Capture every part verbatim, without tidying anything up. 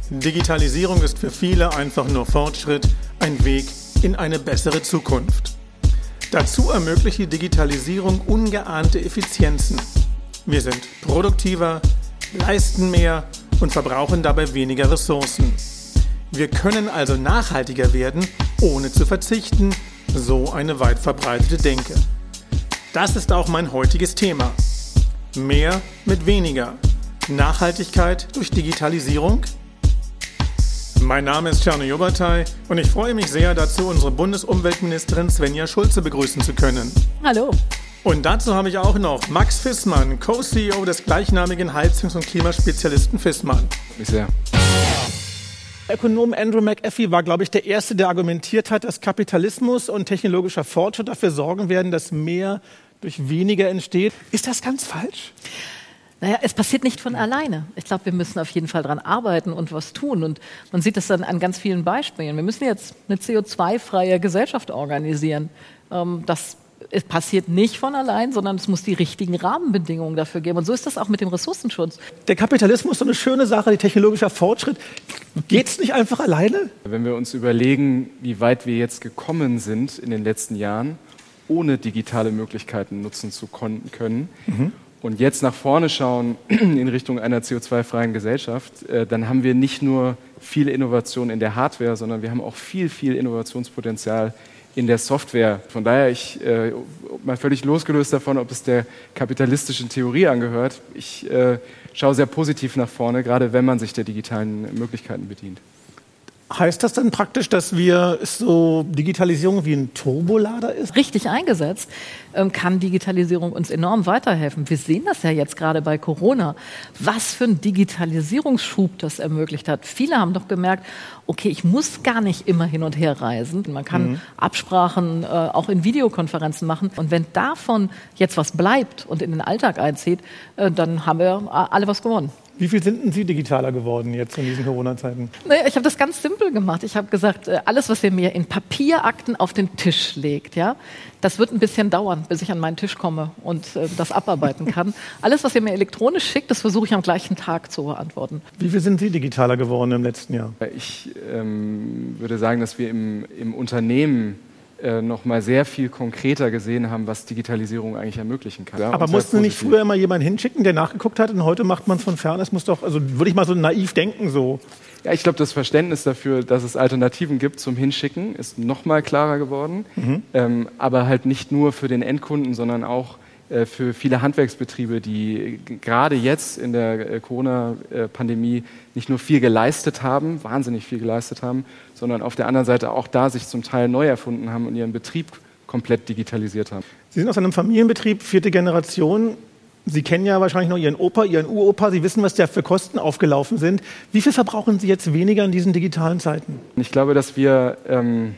Digitalisierung ist für viele einfach nur Fortschritt, ein Weg in eine bessere Zukunft. Dazu ermöglicht die Digitalisierung ungeahnte Effizienzen. Wir sind produktiver, leisten mehr und verbrauchen dabei weniger Ressourcen. Wir können also nachhaltiger werden, ohne zu verzichten, so eine weit verbreitete Denke. Das ist auch mein heutiges Thema. Mehr mit weniger. Nachhaltigkeit durch Digitalisierung? Mein Name ist Czarny Jobatai und ich freue mich sehr, dazu unsere Bundesumweltministerin Svenja Schulze begrüßen zu können. Hallo. Und dazu habe ich auch noch Max Fissmann, Co-C E O des gleichnamigen Heizungs- und Klimaspezialisten Fissmann. Ich sehr. Ökonom Andrew McAfee war, glaube ich, der Erste, der argumentiert hat, dass Kapitalismus und technologischer Fortschritt dafür sorgen werden, dass mehr durch weniger entsteht. Ist das ganz falsch? Naja, es passiert nicht von alleine. Ich glaube, wir müssen auf jeden Fall daran arbeiten und was tun. Und man sieht das dann an ganz vielen Beispielen. Wir müssen jetzt eine C O zwei freie Gesellschaft organisieren. Ähm, das es passiert nicht von allein, sondern es muss die richtigen Rahmenbedingungen dafür geben. Und so ist das auch mit dem Ressourcenschutz. Der Kapitalismus ist so eine schöne Sache, die technologischer Fortschritt. Geht es nicht einfach alleine? Wenn wir uns überlegen, wie weit wir jetzt gekommen sind in den letzten Jahren, ohne digitale Möglichkeiten nutzen zu können, mhm. und jetzt nach vorne schauen in Richtung einer C O zwei freien Gesellschaft, äh, dann haben wir nicht nur viel Innovation in der Hardware, sondern wir haben auch viel, viel Innovationspotenzial in der Software. Von daher, ich äh, mal völlig losgelöst davon, ob es der kapitalistischen Theorie angehört, ich äh, schaue sehr positiv nach vorne, gerade wenn man sich der digitalen Möglichkeiten bedient. Heißt das dann praktisch, dass wir so Digitalisierung wie ein Turbolader ist? Richtig eingesetzt ähm, kann Digitalisierung uns enorm weiterhelfen. Wir sehen das ja jetzt gerade bei Corona, was für ein Digitalisierungsschub das ermöglicht hat. Viele haben doch gemerkt, okay, ich muss gar nicht immer hin und her reisen. Man kann mhm. Absprachen äh, auch in Videokonferenzen machen. Und wenn davon jetzt was bleibt und in den Alltag einzieht, äh, dann haben wir alle was gewonnen. Wie viel sind denn Sie digitaler geworden jetzt in diesen Corona-Zeiten? Naja, ich habe das ganz simpel gemacht. Ich habe gesagt, alles, was ihr mir in Papierakten auf den Tisch legt, ja, das wird ein bisschen dauern, bis ich an meinen Tisch komme und äh, das abarbeiten kann. Alles, was ihr mir elektronisch schickt, das versuche ich am gleichen Tag zu beantworten. Wie viel sind Sie digitaler geworden im letzten Jahr? Ich ähm, würde sagen, dass wir im, im Unternehmen äh, noch mal sehr viel konkreter gesehen haben, was Digitalisierung eigentlich ermöglichen kann. Ja, aber mussten Sie nicht früher immer jemanden hinschicken, der nachgeguckt hat und heute macht man es von fern? Das muss doch, also würde ich mal so naiv denken so. Ja, ich glaube, das Verständnis dafür, dass es Alternativen gibt zum Hinschicken, ist noch mal klarer geworden. Mhm. Ähm, aber halt nicht nur für den Endkunden, sondern auch äh, für viele Handwerksbetriebe, die gerade jetzt in der äh, Corona-Pandemie nicht nur viel geleistet haben, wahnsinnig viel geleistet haben, sondern auf der anderen Seite auch da sich zum Teil neu erfunden haben und ihren Betrieb komplett digitalisiert haben. Sie sind aus einem Familienbetrieb, vierte Generation. Sie kennen ja wahrscheinlich noch Ihren Opa, Ihren Uropa. Sie wissen, was da für Kosten aufgelaufen sind. Wie viel verbrauchen Sie jetzt weniger in diesen digitalen Zeiten? Ich glaube, dass wir, ähm,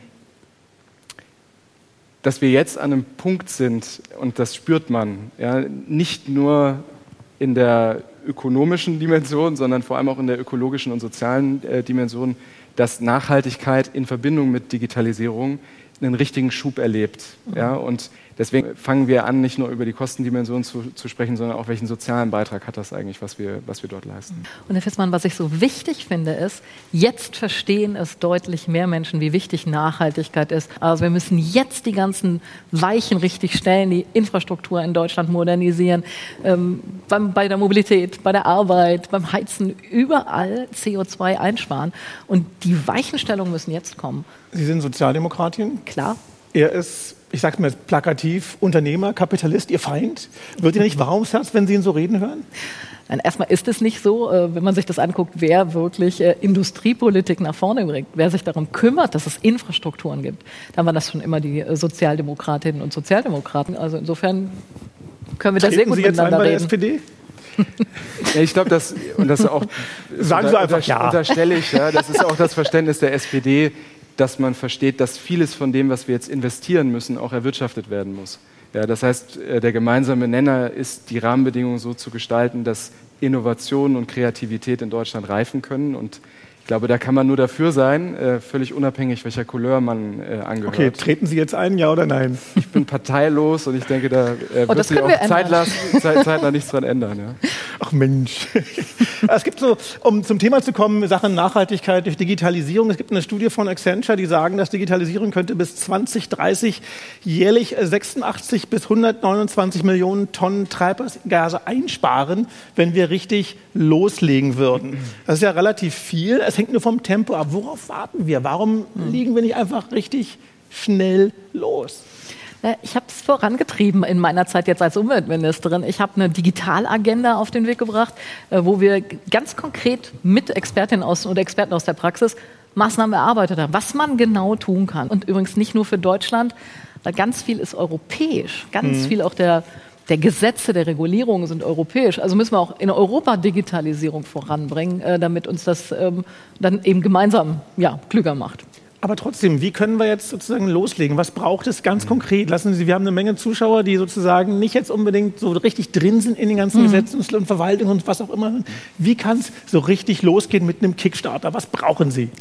dass wir jetzt an einem Punkt sind, und das spürt man, ja, nicht nur in der ökonomischen Dimension, sondern vor allem auch in der ökologischen und sozialen äh, Dimension, dass Nachhaltigkeit in Verbindung mit Digitalisierung einen richtigen Schub erlebt. Mhm. Ja, und deswegen fangen wir an, nicht nur über die Kostendimension zu, zu sprechen, sondern auch, welchen sozialen Beitrag hat das eigentlich, was wir, was wir dort leisten. Und Herr Fissmann, was ich so wichtig finde, ist, jetzt verstehen es deutlich mehr Menschen, wie wichtig Nachhaltigkeit ist. Also wir müssen jetzt die ganzen Weichen richtig stellen, die Infrastruktur in Deutschland modernisieren, ähm, beim, bei der Mobilität, bei der Arbeit, beim Heizen, überall C O zwei einsparen. Und die Weichenstellungen müssen jetzt kommen. Sie sind Sozialdemokratin? Klar. Er ist, ich sag's mal plakativ, Unternehmer, Kapitalist, Ihr Feind. Wird Ihnen nicht warm ums Herz, wenn Sie ihn so reden hören? Nein, erstmal ist es nicht so, wenn man sich das anguckt, wer wirklich Industriepolitik nach vorne bringt, wer sich darum kümmert, dass es Infrastrukturen gibt. Dann waren das schon immer die Sozialdemokratinnen und Sozialdemokraten. Also insofern können wir da sehr gut Sie jetzt miteinander ein bei der reden. S P D? Ja, ich glaube, dass, und das auch Sagen Sie einfach ja. unterstelle ich, ja, das ist auch das Verständnis der S P D, dass man versteht, dass vieles von dem, was wir jetzt investieren müssen, auch erwirtschaftet werden muss. Ja, das heißt, der gemeinsame Nenner ist, die Rahmenbedingungen so zu gestalten, dass Innovation und Kreativität in Deutschland reifen können. Und ich glaube, da kann man nur dafür sein, äh, völlig unabhängig, welcher Couleur man äh, angehört. Okay, treten Sie jetzt ein, ja oder nein? Ich bin parteilos und ich denke, da äh, wird sich auch zeitnah, zeitnah nichts dran ändern. Ja. Ach Mensch. Es gibt so, um zum Thema zu kommen, Sachen Nachhaltigkeit durch Digitalisierung. Es gibt eine Studie von Accenture, die sagen, dass Digitalisierung könnte bis zwanzig dreißig jährlich sechsundachtzig bis hundertneunundzwanzig Millionen Tonnen Treibhausgase einsparen, wenn wir richtig loslegen würden. Das ist ja relativ viel. Es hängt nur vom Tempo ab. Worauf warten wir? Warum liegen wir nicht einfach richtig schnell los? Ich habe es vorangetrieben in meiner Zeit jetzt als Umweltministerin. Ich habe eine Digitalagenda auf den Weg gebracht, wo wir ganz konkret mit Expertinnen aus, oder Experten aus der Praxis Maßnahmen erarbeitet haben, was man genau tun kann. Und übrigens nicht nur für Deutschland, weil ganz viel ist europäisch. Ganz mhm. viel auch der, der Gesetze, der Regulierungen sind europäisch. Also müssen wir auch in Europa Digitalisierung voranbringen, damit uns das ähm, dann eben gemeinsam ja, klüger macht. Aber trotzdem, wie können wir jetzt sozusagen loslegen? Was braucht es ganz mhm. konkret? Lassen Sie, wir haben eine Menge Zuschauer, die sozusagen nicht jetzt unbedingt so richtig drin sind in den ganzen mhm. Gesetzen und Verwaltungen und was auch immer. Wie kann es so richtig losgehen mit einem Kickstarter? Was brauchen Sie?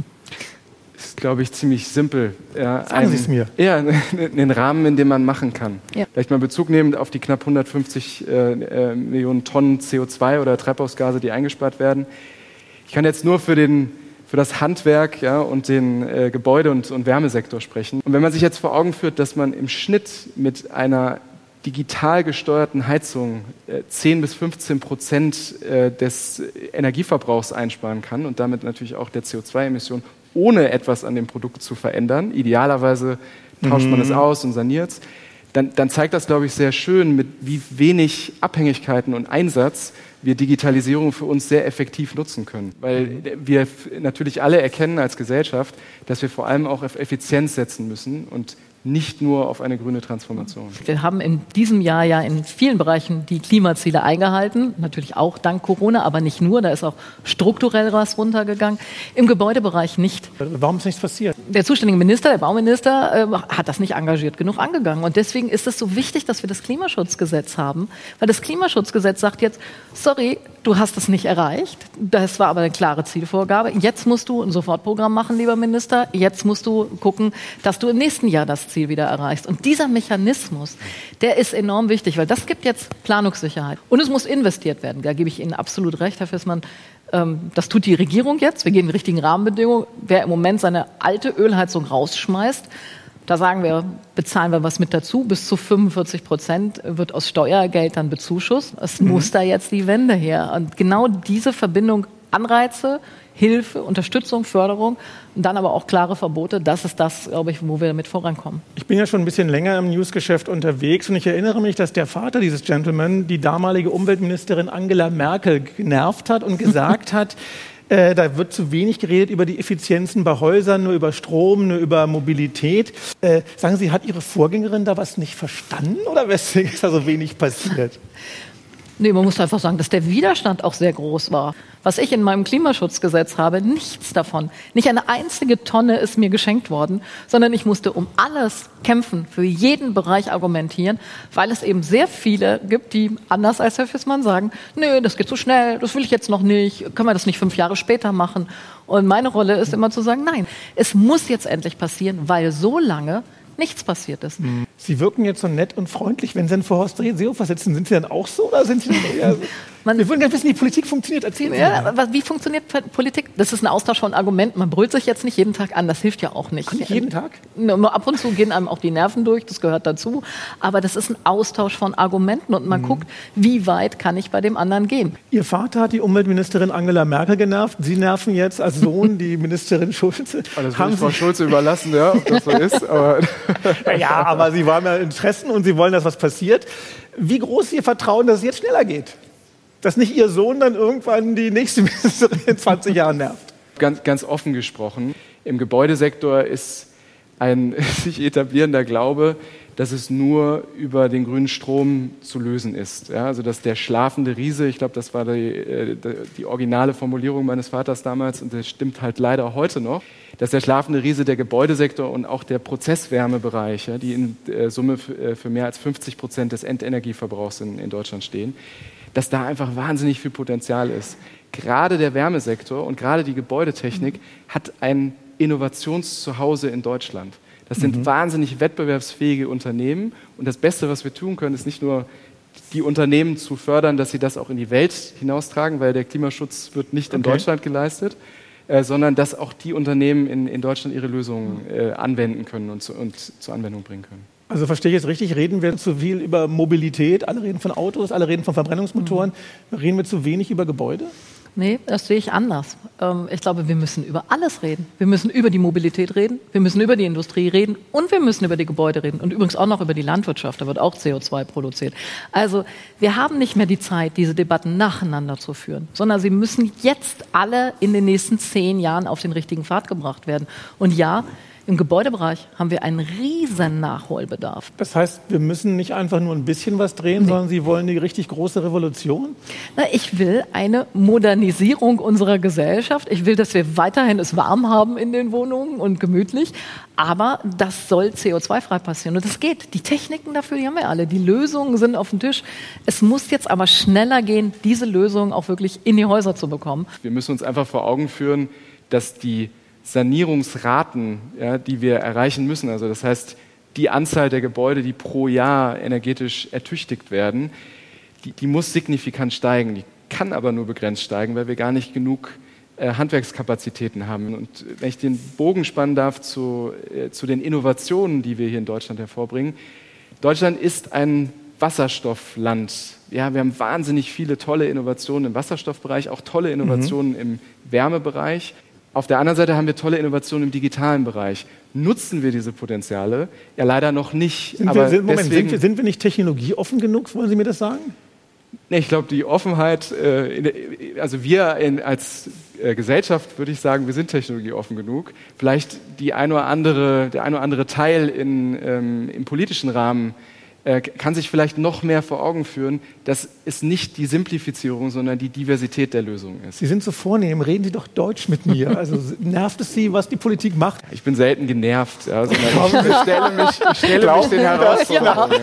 Das ist, glaube ich, ziemlich simpel. Ja, Sagen Sie es mir. Ja, einen Rahmen, in dem man machen kann. Ja. Vielleicht mal Bezug nehmend auf die knapp hundertfünfzig äh, äh, Millionen Tonnen C O zwei oder Treibhausgase, die eingespart werden. Ich kann jetzt nur für den für das Handwerk ja, und den äh, Gebäude- und, und Wärmesektor sprechen. Und wenn man sich jetzt vor Augen führt, dass man im Schnitt mit einer digital gesteuerten Heizung äh, zehn bis fünfzehn Prozent äh, des Energieverbrauchs einsparen kann und damit natürlich auch der C O zwei Emissionen, ohne etwas an dem Produkt zu verändern, idealerweise tauscht mhm. man es aus und saniert es, dann, dann zeigt das, glaube ich, sehr schön, mit wie wenig Abhängigkeiten und Einsatz wir Digitalisierung für uns sehr effektiv nutzen können. Weil wir natürlich alle erkennen als Gesellschaft, dass wir vor allem auch auf Effizienz setzen müssen und nicht nur auf eine grüne Transformation. Wir haben in diesem Jahr ja in vielen Bereichen die Klimaziele eingehalten, natürlich auch dank Corona, aber nicht nur, da ist auch strukturell was runtergegangen. Im Gebäudebereich nicht. Warum ist nichts passiert? Der zuständige Minister, der Bauminister, äh, hat das nicht engagiert genug angegangen. Und deswegen ist es so wichtig, dass wir das Klimaschutzgesetz haben, weil das Klimaschutzgesetz sagt jetzt, sorry, du hast es nicht erreicht, das war aber eine klare Zielvorgabe, jetzt musst du ein Sofortprogramm machen, lieber Minister, jetzt musst du gucken, dass du im nächsten Jahr das Ziel wieder erreichst. Und dieser Mechanismus, der ist enorm wichtig, weil das gibt jetzt Planungssicherheit. Und es muss investiert werden. Da gebe ich Ihnen absolut recht, Herr Fissmann. Ähm, das tut die Regierung jetzt. Wir geben die richtigen Rahmenbedingungen. Wer im Moment seine alte Ölheizung rausschmeißt, da sagen wir, bezahlen wir was mit dazu. Bis zu fünfundvierzig Prozent wird aus Steuergeldern bezuschusst. Es mhm. muss da jetzt die Wende her. Und genau diese Verbindung Anreize, Hilfe, Unterstützung, Förderung und dann aber auch klare Verbote. Das ist das, glaube ich, wo wir damit vorankommen. Ich bin ja schon ein bisschen länger im Newsgeschäft unterwegs und ich erinnere mich, dass der Vater dieses Gentleman die damalige Umweltministerin Angela Merkel genervt hat und gesagt hat, Äh, da wird zu wenig geredet über die Effizienzen bei Häusern, nur über Strom, nur über Mobilität. Äh, sagen Sie, hat Ihre Vorgängerin da was nicht verstanden oder weswegen ist da so wenig passiert? Nee, man muss einfach sagen, dass der Widerstand auch sehr groß war. Was ich in meinem Klimaschutzgesetz habe, nichts davon. Nicht eine einzige Tonne ist mir geschenkt worden, sondern ich musste um alles kämpfen, für jeden Bereich argumentieren, weil es eben sehr viele gibt, die anders als Herr Fissmann sagen, nö, das geht zu schnell, das will ich jetzt noch nicht, können wir das nicht fünf Jahre später machen? Und meine Rolle ist immer zu sagen, nein, es muss jetzt endlich passieren, weil so lange nichts passiert ist. Sie wirken jetzt so nett und freundlich, wenn Sie dann vor Horst Seehofer sitzen. Sind Sie dann auch so oder sind Sie dann eher so? Man, wir würden gerne wissen, wie Politik funktioniert. Erzählen Sie ja, mal. Wie funktioniert Politik? Das ist ein Austausch von Argumenten. Man brüllt sich jetzt nicht jeden Tag an, das hilft ja auch nicht. Nicht jeden Tag? Nur ab und zu gehen einem auch die Nerven durch, das gehört dazu. Aber das ist ein Austausch von Argumenten und man mhm. guckt, wie weit kann ich bei dem anderen gehen. Ihr Vater hat die Umweltministerin Angela Merkel genervt. Sie nerven jetzt als Sohn die Ministerin Schulze. Das will ich Frau Schulze überlassen, ja, ob das so ist. Aber ja, aber Sie haben ja Interessen und Sie wollen, dass was passiert. Wie groß ist Ihr Vertrauen, dass es jetzt schneller geht? Dass nicht Ihr Sohn dann irgendwann die nächste Ministerin in zwanzig Jahren nervt? Ganz, ganz offen gesprochen, im Gebäudesektor ist ein sich etablierender Glaube, dass es nur über den grünen Strom zu lösen ist. Ja, also dass der schlafende Riese, ich glaube, das war die, die originale Formulierung meines Vaters damals und das stimmt halt leider heute noch, dass der schlafende Riese der Gebäudesektor und auch der Prozesswärmebereich, ja, die in äh, Summe für, für mehr als fünfzig Prozent des Endenergieverbrauchs in, in Deutschland stehen, dass da einfach wahnsinnig viel Potenzial ist. Gerade der Wärmesektor und gerade die Gebäudetechnik hat ein Innovationszuhause in Deutschland. Das sind mhm. wahnsinnig wettbewerbsfähige Unternehmen und das Beste, was wir tun können, ist nicht nur die Unternehmen zu fördern, dass sie das auch in die Welt hinaustragen, weil der Klimaschutz wird nicht in okay. Deutschland geleistet, äh, sondern dass auch die Unternehmen in, in Deutschland ihre Lösungen äh, anwenden können und, zu, und zur Anwendung bringen können. Also verstehe ich jetzt richtig, reden wir zu viel über Mobilität, alle reden von Autos, alle reden von Verbrennungsmotoren, mhm. reden wir zu wenig über Gebäude? Nee, das sehe ich anders. Ich glaube, wir müssen über alles reden. Wir müssen über die Mobilität reden, wir müssen über die Industrie reden und wir müssen über die Gebäude reden und übrigens auch noch über die Landwirtschaft, da wird auch C O zwei produziert. Also wir haben nicht mehr die Zeit, diese Debatten nacheinander zu führen, sondern sie müssen jetzt alle in den nächsten zehn Jahren auf den richtigen Pfad gebracht werden. Und ja, im Gebäudebereich haben wir einen riesen Nachholbedarf. Das heißt, wir müssen nicht einfach nur ein bisschen was drehen, nee. sondern Sie wollen die richtig große Revolution? Na, ich will eine Modernisierung unserer Gesellschaft. Ich will, dass wir weiterhin es warm haben in den Wohnungen und gemütlich. Aber das soll C O zwei frei passieren. Und das geht. Die Techniken dafür, die haben wir alle. Die Lösungen sind auf dem Tisch. Es muss jetzt aber schneller gehen, diese Lösungen auch wirklich in die Häuser zu bekommen. Wir müssen uns einfach vor Augen führen, dass die Sanierungsraten, ja, die wir erreichen müssen, also das heißt die Anzahl der Gebäude, die pro Jahr energetisch ertüchtigt werden, die, die muss signifikant steigen. Die kann aber nur begrenzt steigen, weil wir gar nicht genug äh, Handwerkskapazitäten haben. Und wenn ich den Bogen spannen darf zu, äh, zu den Innovationen, die wir hier in Deutschland hervorbringen. Deutschland ist ein Wasserstoffland. Ja, wir haben wahnsinnig viele tolle Innovationen im Wasserstoffbereich, auch tolle Innovationen mhm. im Wärmebereich. Auf der anderen Seite haben wir tolle Innovationen im digitalen Bereich. Nutzen wir diese Potenziale? Ja, leider noch nicht. Sind, aber wir, sind, Moment, deswegen, sind, wir, sind wir nicht technologieoffen genug? Wollen Sie mir das sagen? Nee, ich glaube, die Offenheit, äh, in, also wir in, als äh, Gesellschaft, würde ich sagen, wir sind technologieoffen genug. Vielleicht die ein oder andere, der ein oder andere Teil in, ähm, im politischen Rahmen kann sich vielleicht noch mehr vor Augen führen, dass es nicht die Simplifizierung, sondern die Diversität der Lösungen ist. Sie sind so vornehm, reden Sie doch Deutsch mit mir. Also nervt es Sie, was die Politik macht? Ich bin selten genervt. Ja, sondern ich stelle mich, ich stelle mich den Herausforderungen.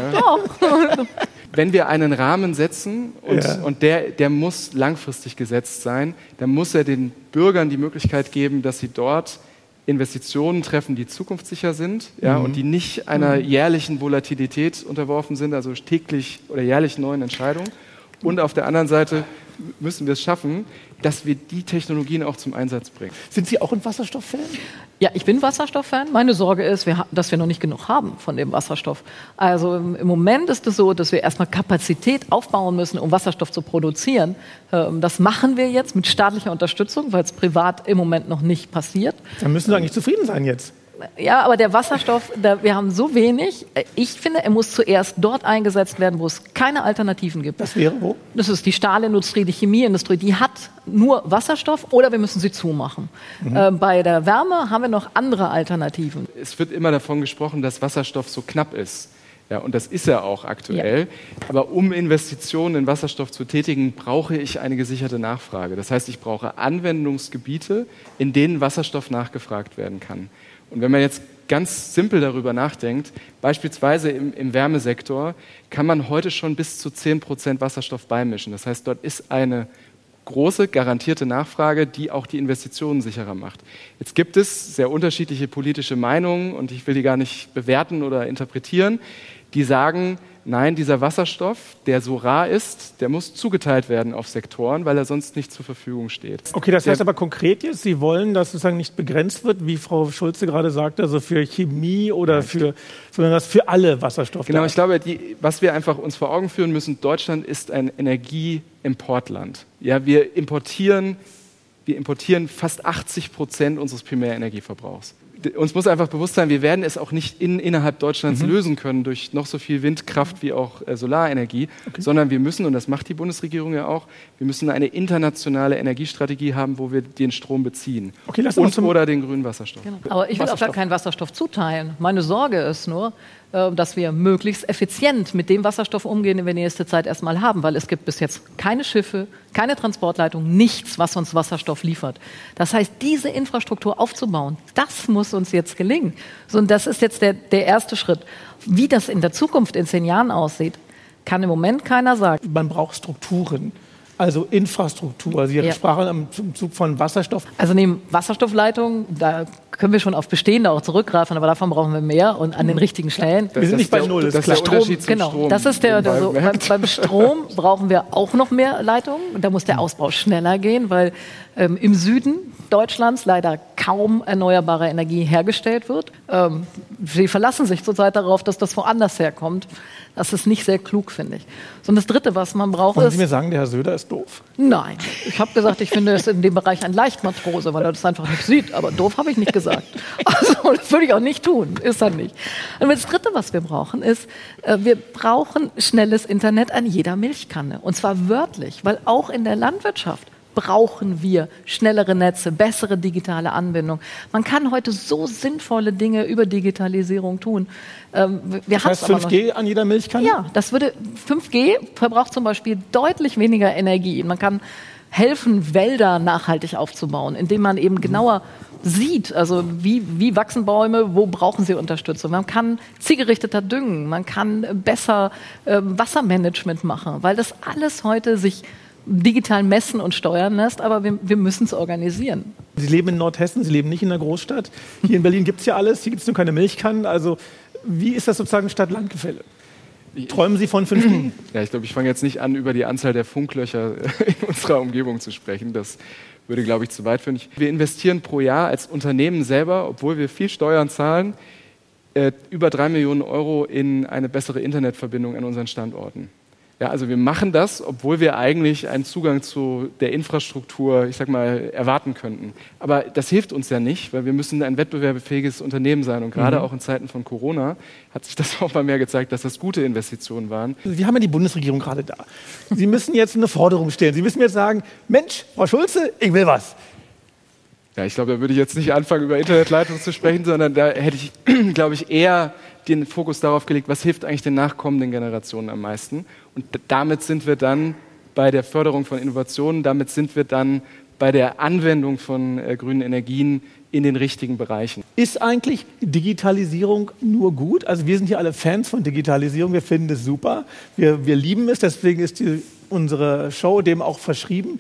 Ja. Wenn wir einen Rahmen setzen und, ja. und der, der muss langfristig gesetzt sein, dann muss er den Bürgern die Möglichkeit geben, dass sie dort Investitionen treffen, die zukunftssicher sind, ja, mhm. und die nicht einer jährlichen Volatilität unterworfen sind, also täglich oder jährlich neuen Entscheidungen. Und auf der anderen Seite müssen wir es schaffen, dass wir die Technologien auch zum Einsatz bringen. Sind Sie auch ein Wasserstofffan? Ja, ich bin Wasserstofffan. Meine Sorge ist, dass wir noch nicht genug haben von dem Wasserstoff. Also im Moment ist es so, dass wir erstmal Kapazität aufbauen müssen, um Wasserstoff zu produzieren. Das machen wir jetzt mit staatlicher Unterstützung, weil es privat im Moment noch nicht passiert. Dann müssen Sie eigentlich zufrieden sein jetzt. Ja, aber der Wasserstoff, da, wir haben so wenig. Ich finde, er muss zuerst dort eingesetzt werden, wo es keine Alternativen gibt. Das wäre wo? Das ist die Stahlindustrie, die Chemieindustrie. Die hat nur Wasserstoff oder wir müssen sie zumachen. Mhm. Äh, bei der Wärme haben wir noch andere Alternativen. Es wird immer davon gesprochen, dass Wasserstoff so knapp ist. Ja, und das ist er auch aktuell. Ja. Aber um Investitionen in Wasserstoff zu tätigen, brauche ich eine gesicherte Nachfrage. Das heißt, ich brauche Anwendungsgebiete, in denen Wasserstoff nachgefragt werden kann. Und wenn man jetzt ganz simpel darüber nachdenkt, beispielsweise im, im Wärmesektor, kann man heute schon bis zu zehn Prozent Wasserstoff beimischen. Das heißt, dort ist eine große, garantierte Nachfrage, die auch die Investitionen sicherer macht. Jetzt gibt es sehr unterschiedliche politische Meinungen, und ich will die gar nicht bewerten oder interpretieren, die sagen, nein, dieser Wasserstoff, der so rar ist, der muss zugeteilt werden auf Sektoren, weil er sonst nicht zur Verfügung steht. Okay, das der, heißt aber konkret jetzt, Sie wollen, dass sozusagen nicht begrenzt wird, wie Frau Schulze gerade sagte, also für Chemie oder für, sondern das für alle Wasserstoffe. Genau, ich glaube, die, was wir einfach uns vor Augen führen müssen, Deutschland ist ein Energieimportland. Ja, wir importieren, wir importieren fast achtzig Prozent unseres Primärenergieverbrauchs. Uns muss einfach bewusst sein, wir werden es auch nicht in, innerhalb Deutschlands mhm. lösen können durch noch so viel Windkraft wie auch äh, Solarenergie, okay. sondern wir müssen, und das macht die Bundesregierung ja auch, wir müssen eine internationale Energiestrategie haben, wo wir den Strom beziehen. Okay, lass und oder den grünen Wasserstoff. Genau. Aber ich will auch gar keinen Wasserstoff zuteilen. Meine Sorge ist nur, dass wir möglichst effizient mit dem Wasserstoff umgehen, den wir in der nächsten Zeit erstmal haben, weil es gibt bis jetzt keine Schiffe, keine Transportleitung, nichts, was uns Wasserstoff liefert. Das heißt, diese Infrastruktur aufzubauen, das muss uns jetzt gelingen. So, und das ist jetzt der, der erste Schritt. Wie das in der Zukunft in zehn Jahren aussieht, kann im Moment keiner sagen. Man braucht Strukturen. Also Infrastruktur. Sie Ja. sprachen im Zug von Wasserstoff. Also neben Wasserstoffleitungen, da können wir schon auf bestehende auch zurückgreifen, aber davon brauchen wir mehr und an den richtigen Stellen. Wir sind nicht bei Null, das ist ist klar. der Unterschied zum Genau, Strom. das ist der, der so, nebenbei beim, bemerkt. beim Strom brauchen wir auch noch mehr Leitungen und da muss der Ausbau schneller gehen, weil ähm, im Süden Deutschlands leider kaum erneuerbare Energie hergestellt wird. Ähm, sie verlassen sich zurzeit darauf, dass das woanders herkommt. Das ist nicht sehr klug, finde ich. So, und das Dritte, was man braucht, Wollen ist... Sie mir sagen, der Herr Söder ist doof? Nein, ich habe gesagt, ich finde es in dem Bereich ein Leichtmatrose, weil er das einfach nicht sieht. Aber doof habe ich nicht gesagt. Also das würde ich auch nicht tun, ist er nicht. Und das Dritte, was wir brauchen, ist, äh, wir brauchen schnelles Internet an jeder Milchkanne. Und zwar wörtlich, weil auch in der Landwirtschaft brauchen wir schnellere Netze, bessere digitale Anbindung. Man kann heute so sinnvolle Dinge über Digitalisierung tun. Ähm, wir Das heißt haben's aber fünf G an jeder Milchkanne? ja, das würde fünf G verbraucht zum Beispiel deutlich weniger Energie. Man kann helfen, Wälder nachhaltig aufzubauen, indem man eben genauer sieht, also wie, wie wachsen Bäume, wo brauchen sie Unterstützung. Man kann zielgerichteter düngen, man kann besser äh, Wassermanagement machen, weil das alles heute sich digital messen und steuern lässt, aber wir, wir müssen es organisieren. Sie leben in Nordhessen, Sie leben nicht in der Großstadt. Hier in Berlin gibt es ja alles, hier gibt es nur keine Milchkannen. Also wie ist das sozusagen Stadt-Land-Gefälle? Träumen Sie von fünf G? Ja, ich glaube, ich fange jetzt nicht an, über die Anzahl der Funklöcher in unserer Umgebung zu sprechen. Das würde, glaube ich, zu weit führen. Wir investieren pro Jahr als Unternehmen selber, obwohl wir viel Steuern zahlen, äh, über drei Millionen Euro in eine bessere Internetverbindung an unseren Standorten. Ja, also wir machen das, obwohl wir eigentlich einen Zugang zu der Infrastruktur, ich sag mal, erwarten könnten. Aber das hilft uns ja nicht, weil wir müssen ein wettbewerbsfähiges Unternehmen sein. Und gerade mhm. auch in Zeiten von Corona hat sich das auch mal mehr gezeigt, dass das gute Investitionen waren. Sie haben ja die Bundesregierung gerade da. Sie müssen jetzt eine Forderung stellen. Sie müssen jetzt sagen, Mensch, Frau Schulze, ich will was. Ja, ich glaube, da würde ich jetzt nicht anfangen, über Internetleitung zu sprechen, sondern da hätte ich, glaube ich, eher den Fokus darauf gelegt, was hilft eigentlich den nachkommenden Generationen am meisten. Und damit sind wir dann bei der Förderung von Innovationen, damit sind wir dann bei der Anwendung von äh, grünen Energien in den richtigen Bereichen. Ist eigentlich Digitalisierung nur gut? Also wir sind hier alle Fans von Digitalisierung, wir finden es super, wir, wir lieben es, deswegen ist die, unsere Show dem auch verschrieben.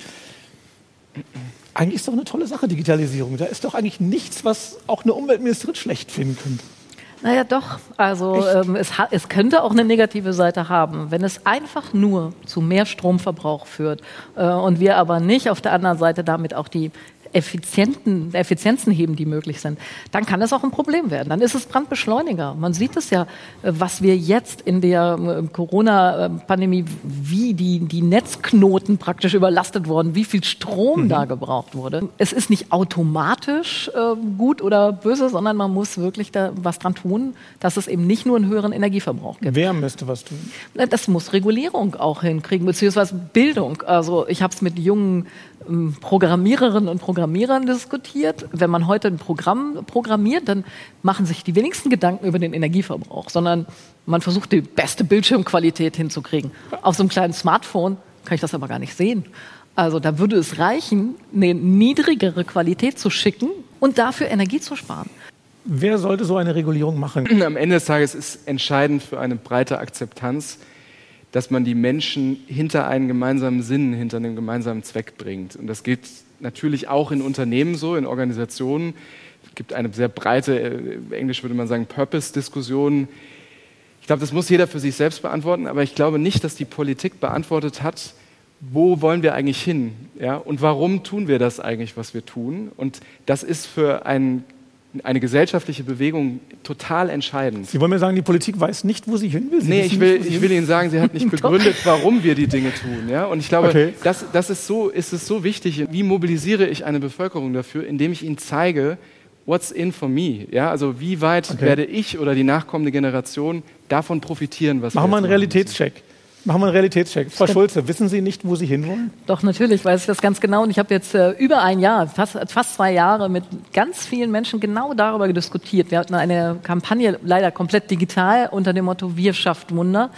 Eigentlich ist doch eine tolle Sache, Digitalisierung. Da ist doch eigentlich nichts, was auch eine Umweltministerin schlecht finden könnte. Naja, doch. Also ähm, es, ha- es könnte auch eine negative Seite haben, wenn es einfach nur zu mehr Stromverbrauch führt äh, und wir aber nicht auf der anderen Seite damit auch die Effizienten, Effizienzen heben, die möglich sind, dann kann das auch ein Problem werden. Dann ist es Brandbeschleuniger. Man sieht es ja, was wir jetzt in der äh, Corona-Pandemie, wie die, die Netzknoten praktisch überlastet wurden, wie viel Strom mhm. da gebraucht wurde. Es ist nicht automatisch äh, gut oder böse, sondern man muss wirklich da was dran tun, dass es eben nicht nur einen höheren Energieverbrauch gibt. Wer müsste was tun? Das muss Regulierung auch hinkriegen, beziehungsweise Bildung. Also ich habe es mit jungen ähm, Programmiererinnen und Programmierern diskutiert. Wenn man heute ein Programm programmiert, dann machen sich die wenigsten Gedanken über den Energieverbrauch, sondern man versucht, die beste Bildschirmqualität hinzukriegen. Auf so einem kleinen Smartphone kann ich das aber gar nicht sehen. Also da würde es reichen, eine niedrigere Qualität zu schicken und dafür Energie zu sparen. Wer sollte so eine Regulierung machen? Am Ende des Tages ist entscheidend für eine breite Akzeptanz, dass man die Menschen hinter einen gemeinsamen Sinn, hinter einen gemeinsamen Zweck bringt. Und das geht natürlich auch in Unternehmen so, in Organisationen. Es gibt eine sehr breite, äh, Englisch würde man sagen, Purpose-Diskussion. Ich glaube, das muss jeder für sich selbst beantworten, aber ich glaube nicht, dass die Politik beantwortet hat, wo wollen wir eigentlich hin? Ja? Und warum tun wir das eigentlich, was wir tun? Und das ist für ein eine gesellschaftliche Bewegung total entscheidend. Sie wollen mir sagen, die Politik weiß nicht, wo sie hin will? Sie nee, ich will, nicht, ich will Ihnen sagen, sie hat nicht begründet, warum wir die Dinge tun. Ja? Und ich glaube, okay. das, das ist, so, ist es so wichtig. Wie mobilisiere ich eine Bevölkerung dafür, indem ich ihnen zeige, what's in for me? Ja? Also wie weit okay. werde ich oder die nachkommende Generation davon profitieren, was Machen wir einen machen Realitätscheck. Müssen. Machen wir einen Realitätscheck. Frau Schulze, wissen Sie nicht, wo Sie hinwollen? Doch, natürlich weiß ich das ganz genau. Und ich habe jetzt äh, über ein Jahr, fast, fast zwei Jahre mit ganz vielen Menschen genau darüber diskutiert. Wir hatten eine Kampagne, leider komplett digital, unter dem Motto Wir schafft Wunder.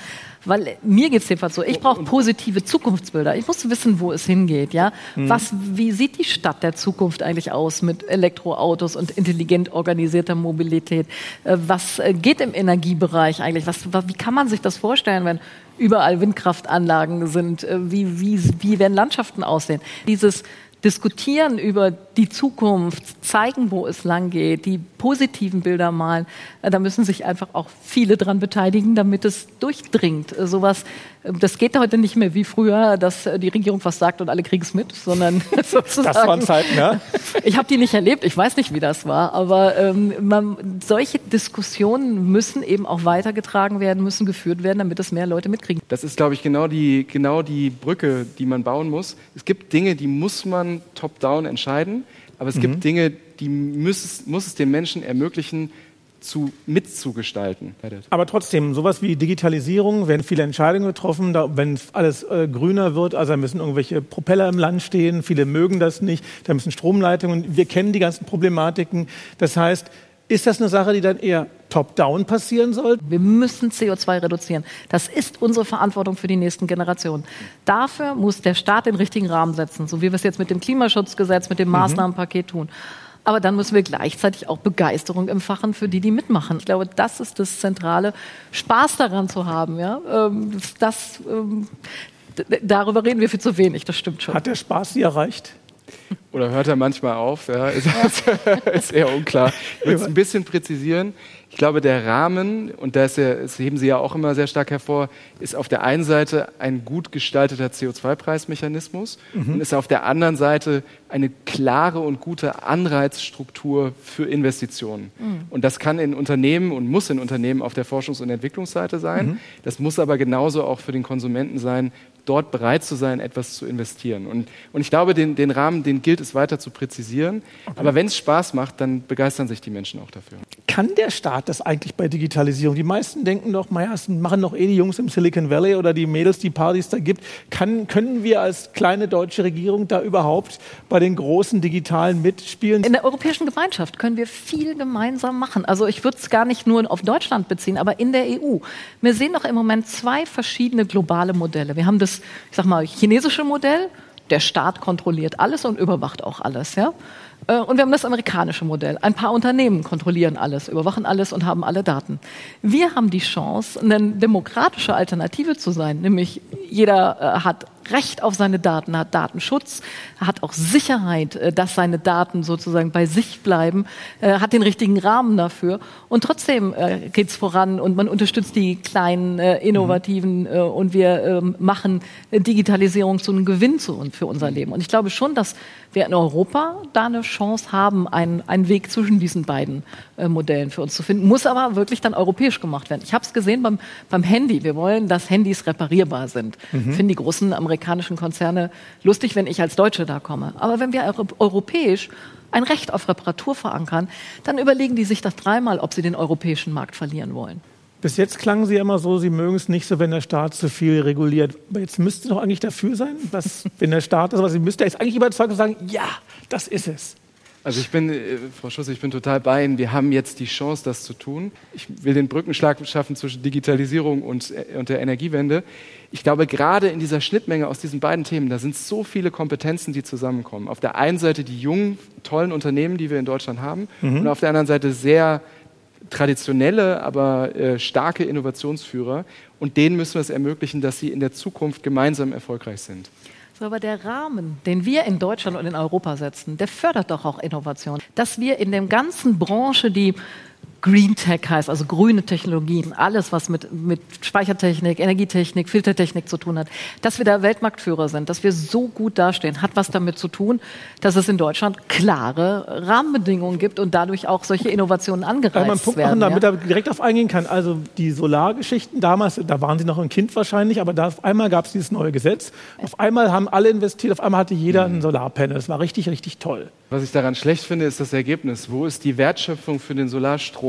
Weil mir geht es jedenfalls so, ich brauche positive Zukunftsbilder. Ich muss wissen, wo es hingeht. Ja? Mhm. Was, wie sieht die Stadt der Zukunft eigentlich aus mit Elektroautos und intelligent organisierter Mobilität? Was geht im Energiebereich eigentlich? Was, wie kann man sich das vorstellen, wenn überall Windkraftanlagen sind? Wie, wie, wie werden Landschaften aussehen? Dieses Diskutieren über die Zukunft, zeigen, wo es lang geht, die positiven Bilder malen, da müssen sich einfach auch viele dran beteiligen, damit es durchdringt. Sowas, das geht heute nicht mehr wie früher, dass die Regierung was sagt und alle kriegen es mit, sondern sozusagen. Das waren Zeiten, ja? Ich habe die nicht erlebt, ich weiß nicht, wie das war, aber ähm, man, solche Diskussionen müssen eben auch weitergetragen werden, müssen geführt werden, damit es mehr Leute mitkriegen. Das ist, glaube ich, genau die, genau die Brücke, die man bauen muss. Es gibt Dinge, die muss man top-down entscheiden, aber es mhm. gibt Dinge, die muss es, muss es den Menschen ermöglichen, zu, mitzugestalten. Aber trotzdem, sowas wie Digitalisierung, werden viele Entscheidungen getroffen, da, wenn alles äh, grüner wird, also da müssen irgendwelche Propeller im Land stehen, viele mögen das nicht, da müssen Stromleitungen, wir kennen die ganzen Problematiken. Das heißt, ist das eine Sache, die dann eher top-down passieren soll? Wir müssen C O zwei reduzieren. Das ist unsere Verantwortung für die nächsten Generationen. Dafür muss der Staat den richtigen Rahmen setzen, so wie wir es jetzt mit dem Klimaschutzgesetz, mit dem Maßnahmenpaket tun. Aber dann müssen wir gleichzeitig auch Begeisterung empfachen für die, die mitmachen. Ich glaube, das ist das Zentrale, Spaß daran zu haben. Ja? Das, darüber reden wir viel zu wenig, das stimmt schon. Hat der Spaß Sie erreicht? Oder hört er manchmal auf? Ja, ist, ja. ist eher unklar. Ich will es ein bisschen präzisieren. Ich glaube, der Rahmen, und das, ja, das heben Sie ja auch immer sehr stark hervor, ist auf der einen Seite ein gut gestalteter C O zwei Preismechanismus mhm. und ist auf der anderen Seite eine klare und gute Anreizstruktur für Investitionen. Mhm. Und das kann in Unternehmen und muss in Unternehmen auf der Forschungs- und Entwicklungsseite sein. Mhm. Das muss aber genauso auch für den Konsumenten sein, dort bereit zu sein, etwas zu investieren. Und, und ich glaube, den, den Rahmen, den gilt es weiter zu präzisieren. Okay. Aber wenn es Spaß macht, dann begeistern sich die Menschen auch dafür. Kann der Staat das eigentlich bei Digitalisierung? Die meisten denken doch, naja, das machen doch eh die Jungs im Silicon Valley oder die Mädels, die Partys da gibt. Kann, können wir als kleine deutsche Regierung da überhaupt bei den großen Digitalen mitspielen? In der Europäischen Gemeinschaft können wir viel gemeinsam machen. Also ich würde es gar nicht nur auf Deutschland beziehen, aber in der E U. Wir sehen doch im Moment zwei verschiedene globale Modelle. Wir haben das, ich sag mal, chinesische Modell. Der Staat kontrolliert alles und überwacht auch alles, ja. Und wir haben das amerikanische Modell. Ein paar Unternehmen kontrollieren alles, überwachen alles und haben alle Daten. Wir haben die Chance, eine demokratische Alternative zu sein, nämlich jeder äh, hat Recht auf seine Daten, hat Datenschutz, hat auch Sicherheit, äh, dass seine Daten sozusagen bei sich bleiben, äh, hat den richtigen Rahmen dafür. Und trotzdem äh, geht es voran und man unterstützt die kleinen, äh, innovativen äh, und wir äh, machen Digitalisierung zu einem Gewinn zu, für unser Leben. Und ich glaube schon, dass wir in Europa da eine Chance haben, einen, einen Weg zwischen diesen beiden äh, Modellen für uns zu finden. Muss aber wirklich dann europäisch gemacht werden. Ich habe es gesehen beim, beim Handy. Wir wollen, dass Handys reparierbar sind. Mhm. Finden die großen amerikanischen Konzerne lustig, wenn ich als Deutsche da komme. Aber wenn wir europäisch ein Recht auf Reparatur verankern, dann überlegen die sich das dreimal, ob sie den europäischen Markt verlieren wollen. Bis jetzt klangen Sie immer so, Sie mögen es nicht so, wenn der Staat zu viel reguliert. Aber jetzt müsste doch eigentlich dafür sein, dass, wenn der Staat das, was Sie müsste jetzt eigentlich überzeugt und sagen, ja, das ist es. Also ich bin, äh, Frau Schusse, ich bin total bei Ihnen. Wir haben jetzt die Chance, das zu tun. Ich will den Brückenschlag schaffen zwischen Digitalisierung und, äh, und der Energiewende. Ich glaube, gerade in dieser Schnittmenge aus diesen beiden Themen, da sind so viele Kompetenzen, die zusammenkommen. Auf der einen Seite die jungen, tollen Unternehmen, die wir in Deutschland haben, mhm. und auf der anderen Seite sehr traditionelle, aber äh, starke Innovationsführer. Und denen müssen wir es ermöglichen, dass sie in der Zukunft gemeinsam erfolgreich sind. So, aber der Rahmen, den wir in Deutschland und in Europa setzen, der fördert doch auch Innovation. Dass wir in der ganzen Branche, die Green Tech heißt, also grüne Technologien, alles, was mit, mit Speichertechnik, Energietechnik, Filtertechnik zu tun hat, dass wir da Weltmarktführer sind, dass wir so gut dastehen, hat was damit zu tun, dass es in Deutschland klare Rahmenbedingungen gibt und dadurch auch solche Innovationen angereizt werden. Einen Punkt machen, damit ja? er direkt auf eingehen kann. Also die Solargeschichten damals, da waren Sie noch ein Kind wahrscheinlich, aber da auf einmal gab es dieses neue Gesetz. Auf einmal haben alle investiert, auf einmal hatte jeder ein Solarpanel. Das war richtig, richtig toll. Was ich daran schlecht finde, ist das Ergebnis. Wo ist die Wertschöpfung für den Solarstrom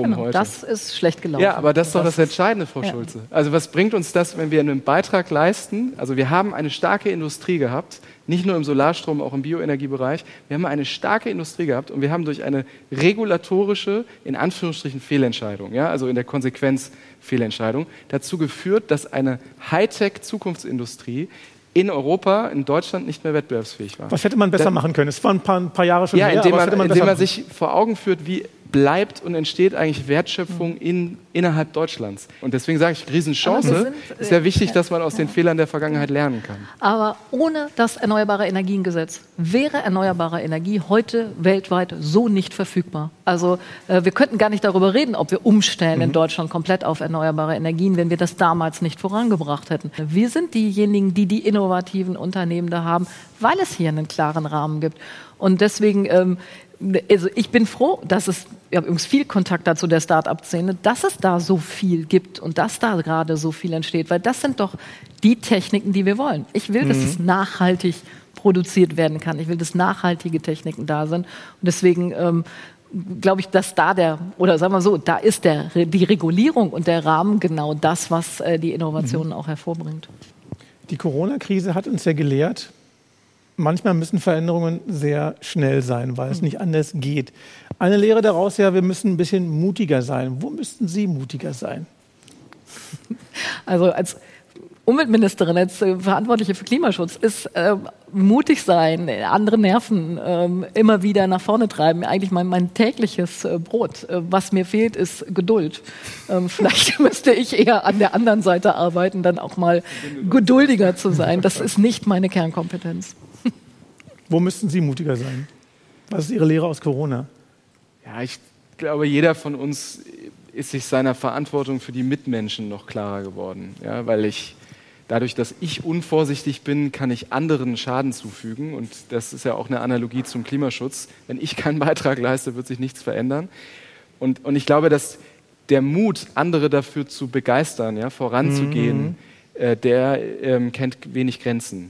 genau, heute. Das ist schlecht gelaufen. Ja, aber das ist doch das, das Entscheidende, Frau ja. Schulze. Also was bringt uns das, wenn wir einen Beitrag leisten? Also wir haben eine starke Industrie gehabt, nicht nur im Solarstrom, auch im Bioenergiebereich. Wir haben eine starke Industrie gehabt und wir haben durch eine regulatorische, in Anführungsstrichen, Fehlentscheidung, ja, also in der Konsequenz Fehlentscheidung, dazu geführt, dass eine Hightech-Zukunftsindustrie in Europa, in Deutschland nicht mehr wettbewerbsfähig war. Was hätte man besser da, machen können? Es waren ein paar, ein paar Jahre schon ja, her, indem aber man, was hätte man indem besser man sich vor Augen führt, wie bleibt und entsteht eigentlich Wertschöpfung in, innerhalb Deutschlands. Und deswegen sage ich, Riesenchance. sind, ist ja wichtig, äh, dass man aus ja. den Fehlern der Vergangenheit lernen kann. Aber ohne das Erneuerbare Energiengesetz wäre erneuerbare Energie heute weltweit so nicht verfügbar. Also äh, wir könnten gar nicht darüber reden, ob wir umstellen mhm. in Deutschland komplett auf erneuerbare Energien, wenn wir das damals nicht vorangebracht hätten. Wir sind diejenigen, die die innovativen Unternehmen da haben, weil es hier einen klaren Rahmen gibt. Und deswegen, ähm, also ich bin froh, dass es, ich habe übrigens viel Kontakt dazu der Start-up-Szene, dass es da so viel gibt und dass da gerade so viel entsteht, weil das sind doch die Techniken, die wir wollen. Ich will, mhm. dass es nachhaltig produziert werden kann. Ich will, dass nachhaltige Techniken da sind. Und deswegen ähm, glaube ich, dass da der, oder sagen wir so, da ist der, die Regulierung und der Rahmen genau das, was äh, die Innovationen mhm. auch hervorbringt. Die Corona-Krise hat uns ja gelehrt, manchmal müssen Veränderungen sehr schnell sein, weil es nicht anders geht. Eine Lehre daraus ja, wir müssen ein bisschen mutiger sein. Wo müssten Sie mutiger sein? Also als Umweltministerin, als äh, Verantwortliche für Klimaschutz, ist äh, mutig sein, andere Nerven äh, immer wieder nach vorne treiben, eigentlich mein, mein tägliches äh, Brot. Äh, was mir fehlt, ist Geduld. Ähm, vielleicht müsste ich eher an der anderen Seite arbeiten, dann auch mal geduldiger zu sein. Das ist nicht meine Kernkompetenz. Wo müssten Sie mutiger sein? Was ist Ihre Lehre aus Corona? Ja, ich glaube, jeder von uns ist sich seiner Verantwortung für die Mitmenschen noch klarer geworden. Ja, weil ich, dadurch, dass ich unvorsichtig bin, kann ich anderen Schaden zufügen. Und das ist ja auch eine Analogie zum Klimaschutz. Wenn ich keinen Beitrag leiste, wird sich nichts verändern. Und, und ich glaube, dass der Mut, andere dafür zu begeistern, ja, voranzugehen, mhm. äh, der ähm, kennt wenig Grenzen.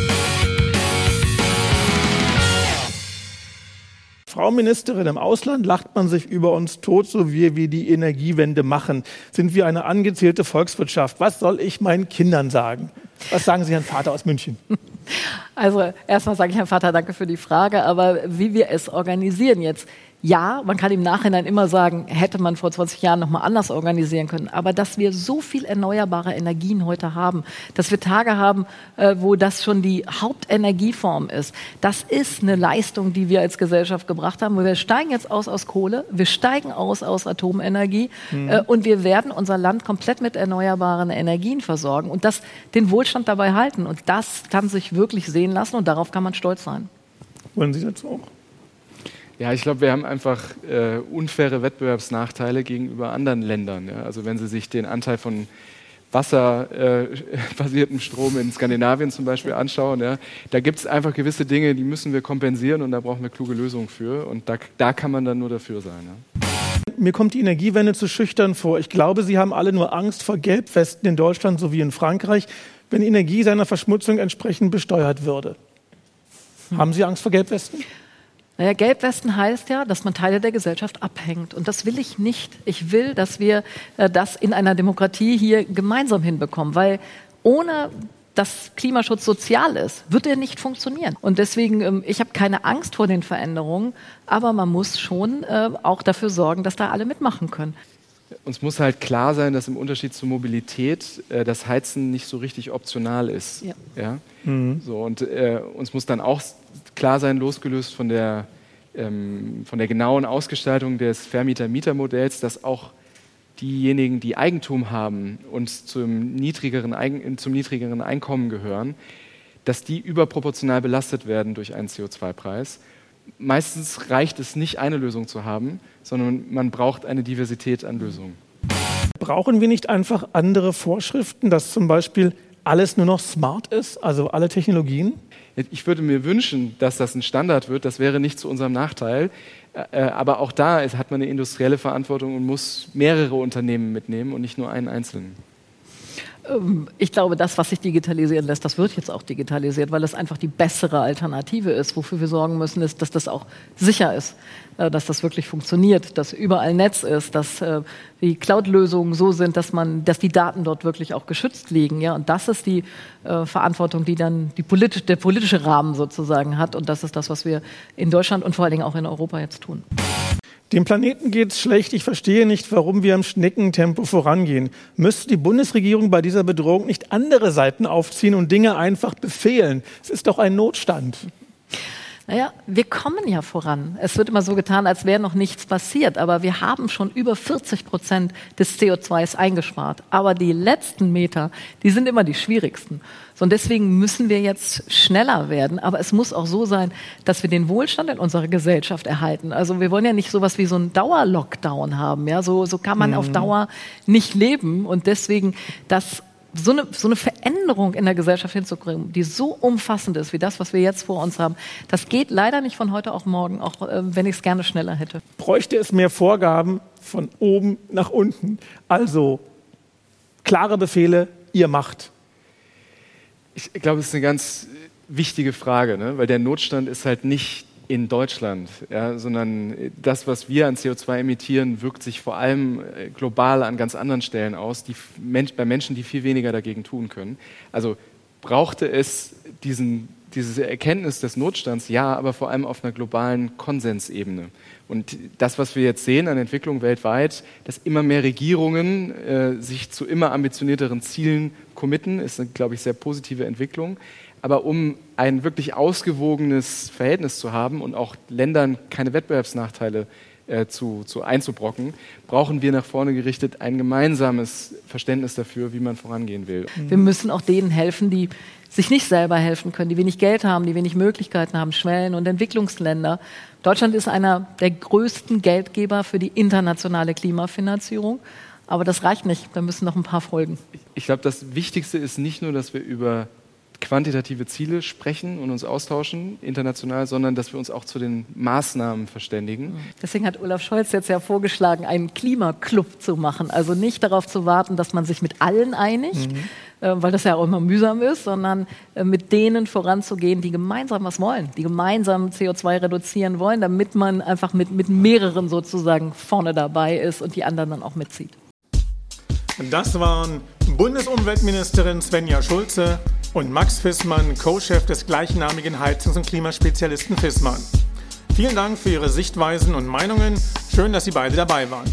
Frau Ministerin, im Ausland lacht man sich über uns tot, so wie wir die Energiewende machen. Sind wir eine angezählte Volkswirtschaft? Was soll ich meinen Kindern sagen? Was sagen Sie Herrn Vater aus München? Also erstmal sage ich Herrn Vater, danke für die Frage, aber wie wir es organisieren jetzt. Ja, man kann im Nachhinein immer sagen, hätte man vor zwanzig Jahren noch mal anders organisieren können. Aber dass wir so viel erneuerbare Energien heute haben, dass wir Tage haben, äh, wo das schon die Hauptenergieform ist, das ist eine Leistung, die wir als Gesellschaft gebracht haben. Wir steigen jetzt aus aus Kohle, wir steigen aus aus Atomenergie mhm. äh, und wir werden unser Land komplett mit erneuerbaren Energien versorgen und das, den Wohlstand dabei halten. Und das kann sich wirklich sehen lassen und darauf kann man stolz sein. Wollen Sie dazu auch? Ja, ich glaube, wir haben einfach äh, unfaire Wettbewerbsnachteile gegenüber anderen Ländern. Ja? Also wenn Sie sich den Anteil von wasserbasiertem äh, Strom in Skandinavien zum Beispiel anschauen, ja, da gibt es einfach gewisse Dinge, die müssen wir kompensieren und da brauchen wir kluge Lösungen für. Und da, da kann man dann nur dafür sein. Ja? Mir kommt die Energiewende zu schüchtern vor. Ich glaube, Sie haben alle nur Angst vor Gelbwesten in Deutschland sowie in Frankreich, wenn die Energie seiner Verschmutzung entsprechend besteuert würde. Hm. Haben Sie Angst vor Gelbwesten? Naja, Gelbwesten heißt ja, dass man Teile der Gesellschaft abhängt. Und das will ich nicht. Ich will, dass wir äh, das in einer Demokratie hier gemeinsam hinbekommen. Weil ohne dass Klimaschutz sozial ist, wird er nicht funktionieren. Und deswegen, ähm, ich habe keine Angst vor den Veränderungen, aber man muss schon äh, auch dafür sorgen, dass da alle mitmachen können. Uns muss halt klar sein, dass im Unterschied zur Mobilität äh, das Heizen nicht so richtig optional ist. Ja. Ja? Mhm. So, und äh, uns muss dann auch klar sein, losgelöst von der, ähm, von der genauen Ausgestaltung des Vermieter-Mieter-Modells, dass auch diejenigen, die Eigentum haben und zum niedrigeren, Eigen, zum niedrigeren Einkommen gehören, dass die überproportional belastet werden durch einen C O zwei Preis. Meistens reicht es nicht, eine Lösung zu haben, sondern man braucht eine Diversität an Lösungen. Brauchen wir nicht einfach andere Vorschriften, dass zum Beispiel alles nur noch smart ist, also alle Technologien? Ich würde mir wünschen, dass das ein Standard wird. Das wäre nicht zu unserem Nachteil. Aber auch da hat man eine industrielle Verantwortung und muss mehrere Unternehmen mitnehmen und nicht nur einen einzelnen. Ich glaube, das, was sich digitalisieren lässt, das wird jetzt auch digitalisiert, weil es einfach die bessere Alternative ist. Wofür wir sorgen müssen, ist, dass das auch sicher ist, dass das wirklich funktioniert, dass überall Netz ist, dass die Cloud-Lösungen so sind, dass man, dass die Daten dort wirklich auch geschützt liegen. Ja? Und das ist die äh, Verantwortung, die dann die politisch, der politische Rahmen sozusagen hat. Und das ist das, was wir in Deutschland und vor allen Dingen auch in Europa jetzt tun. Dem Planeten geht's schlecht. Ich verstehe nicht, warum wir im Schneckentempo vorangehen. Müsste die Bundesregierung bei dieser Bedrohung nicht andere Seiten aufziehen und Dinge einfach befehlen? Es ist doch ein Notstand. Naja, wir kommen ja voran. Es wird immer so getan, als wäre noch nichts passiert. Aber wir haben schon über vierzig Prozent des C O zwei eingespart. Aber die letzten Meter, die sind immer die schwierigsten. So, und deswegen müssen wir jetzt schneller werden. Aber es muss auch so sein, dass wir den Wohlstand in unserer Gesellschaft erhalten. Also wir wollen ja nicht sowas wie so einen Dauerlockdown haben. Ja, so, so kann man mhm. auf Dauer nicht leben. Und deswegen, das So eine, so eine Veränderung in der Gesellschaft hinzukriegen, die so umfassend ist wie das, was wir jetzt vor uns haben, das geht leider nicht von heute auf morgen, auch äh, wenn ich es gerne schneller hätte. Bräuchte es mehr Vorgaben von oben nach unten? Also klare Befehle, ihr macht. Ich glaube, das ist eine ganz wichtige Frage, ne? Weil der Notstand ist halt nicht in Deutschland, ja, sondern das, was wir an C O zwei emittieren, wirkt sich vor allem global an ganz anderen Stellen aus, die Men- bei Menschen, die viel weniger dagegen tun können. Also brauchte es diesen, diese Erkenntnis des Notstands, ja, aber vor allem auf einer globalen Konsensebene. Und das, was wir jetzt sehen an Entwicklung weltweit, dass immer mehr Regierungen äh, sich zu immer ambitionierteren Zielen committen, ist eine, glaube ich, sehr positive Entwicklung. Aber um ein wirklich ausgewogenes Verhältnis zu haben und auch Ländern keine Wettbewerbsnachteile äh, zu, zu einzubrocken, brauchen wir nach vorne gerichtet ein gemeinsames Verständnis dafür, wie man vorangehen will. Wir müssen auch denen helfen, die sich nicht selber helfen können, die wenig Geld haben, die wenig Möglichkeiten haben, Schwellen- und Entwicklungsländer. Deutschland ist einer der größten Geldgeber für die internationale Klimafinanzierung. Aber das reicht nicht, da müssen noch ein paar folgen. Ich, ich glaube, das Wichtigste ist nicht nur, dass wir über quantitative Ziele sprechen und uns austauschen international, sondern dass wir uns auch zu den Maßnahmen verständigen. Deswegen hat Olaf Scholz jetzt ja vorgeschlagen, einen Klimaclub zu machen. Also nicht darauf zu warten, dass man sich mit allen einigt, mhm. äh, weil das ja auch immer mühsam ist, sondern äh, mit denen voranzugehen, die gemeinsam was wollen, die gemeinsam C O zwei reduzieren wollen, damit man einfach mit, mit mehreren sozusagen vorne dabei ist und die anderen dann auch mitzieht. Das waren Bundesumweltministerin Svenja Schulze und Max Fissmann, Co-Chef des gleichnamigen Heizungs- und Klimaspezialisten Fissmann. Vielen Dank für Ihre Sichtweisen und Meinungen. Schön, dass Sie beide dabei waren.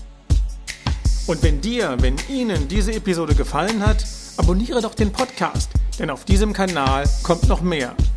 Und wenn dir, wenn Ihnen diese Episode gefallen hat, abonniere doch den Podcast, denn auf diesem Kanal kommt noch mehr.